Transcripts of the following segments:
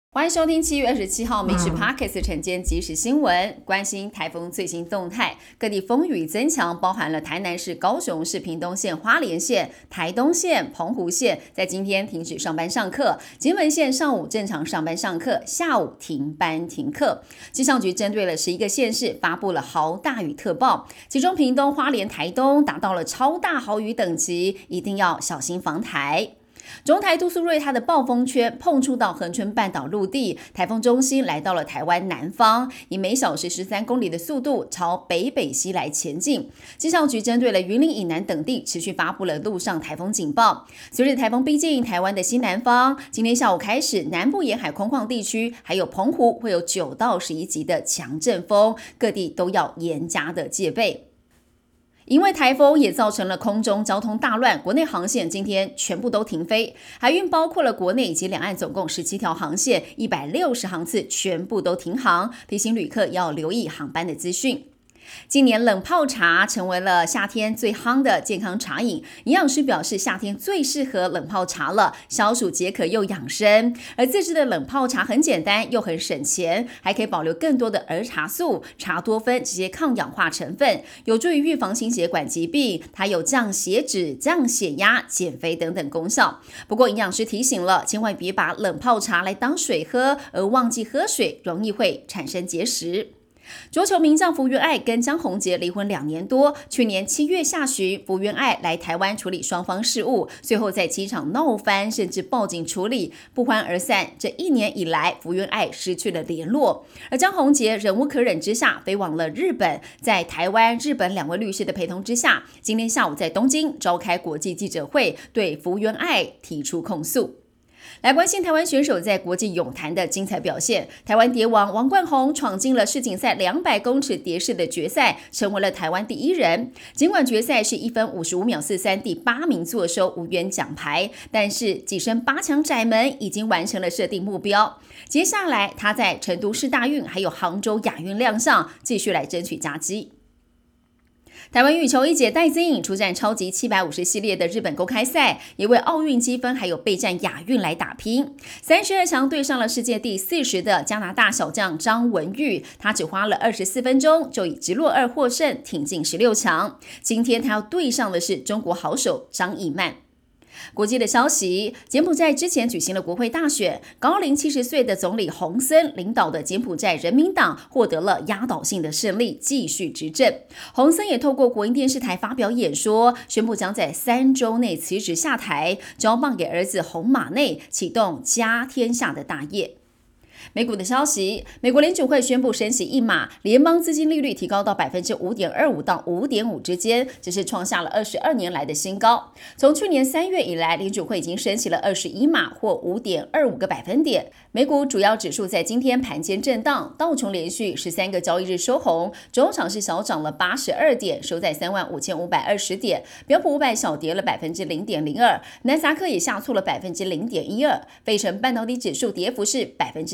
欢迎收听7月27号民视 Podcast 晨间即时新闻，关心台风最新动态。各地风雨增强，包含了台南市、高雄市、屏东县、花莲县、台东县、澎湖县，在今天停止上班上课。金门县上午正常上班上课，下午停班停课。气象局针对了11个县市发布了豪大雨特报，其中屏东、花莲、台东达到了超大豪雨等级，一定要小心防台。中台杜苏芮它的暴风圈碰触到恒春半岛陆地，台风中心来到了台湾南方，以每小时13公里的速度朝北西来前进。气象局针对了云林以南等地持续发布了陆上台风警报。随着台风逼近台湾的西南方，今天下午开始，南部沿海空旷地区还有澎湖会有9到11级的强阵风，各地都要严加的戒备。因为台风也造成了空中交通大乱，国内航线今天全部都停飞，海运包括了国内以及两岸总共17条航线，160航次全部都停航，提醒旅客要留意航班的资讯。今年冷泡茶成为了夏天最夯的健康茶饮，营养师表示夏天最适合冷泡茶了，消暑解渴又养生。而自制的冷泡茶很简单又很省钱，还可以保留更多的儿茶素、茶多酚这些抗氧化成分，有助于预防心血管疾病，它有降血脂、降血压、减肥等等功效。不过营养师提醒了，千万别把冷泡茶来当水喝，而忘记喝水，容易会产生结石。桌球名将福原爱跟江宏杰离婚2年多，去年7月下旬，福原爱来台湾处理双方事务，最后在机场闹翻，甚至报警处理，不欢而散。这1年以来，福原爱失去了联络，而江宏杰忍无可忍之下，飞往了日本，在台湾、日本2位律师的陪同之下，今天下午在东京召开国际记者会，对福原爱提出控诉。来关心台湾选手在国际泳坛的精彩表现，台湾蝶王王冠闳闯进了世锦赛200公尺蝶式的决赛，成为了台湾第1人。尽管决赛是1分55秒43第8名坐收，无缘奖牌，但是跻身8强窄门已经完成了设定目标。接下来他在成都世大运还有杭州亚运亮相，继续来争取佳绩。台湾羽球一姐戴资颖出战超级750系列的日本公开赛，也为奥运积分还有备战亚运来打拼。32强对上了世界第40的加拿大小将张文玉，他只花了24分钟就以直落2获胜，挺进16强。今天他要对上的是中国好手张艺曼。国际的消息，柬埔寨之前举行了国会大选，高龄70岁的总理洪森领导的柬埔寨人民党获得了压倒性的胜利，继续执政。洪森也透过国营电视台发表演说，宣布将在3周内辞职下台，交棒给儿子洪马内，启动家天下的大业。美股的消息，美国联储会宣布升息1码，联邦资金利率提高到 5.25% 到 5.5% 之间，这是创下了22年来的新高。从去年3月以来，联储会已经升息了21码或 5.25个百分点。美股主要指数在今天盘间震荡，道琼连续13个交易日收红，中场是小涨了82点，收在35,520点，标普500小跌了 0.02%， 纳斯达克也下挫了 0.12%， 费城半导体指数跌幅是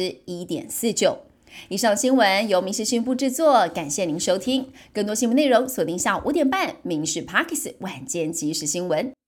1.49%。以上新闻由民视新闻部制作，感谢您收听。更多新闻内容锁定下午5点半，民视 Podcast 晚间即时新闻。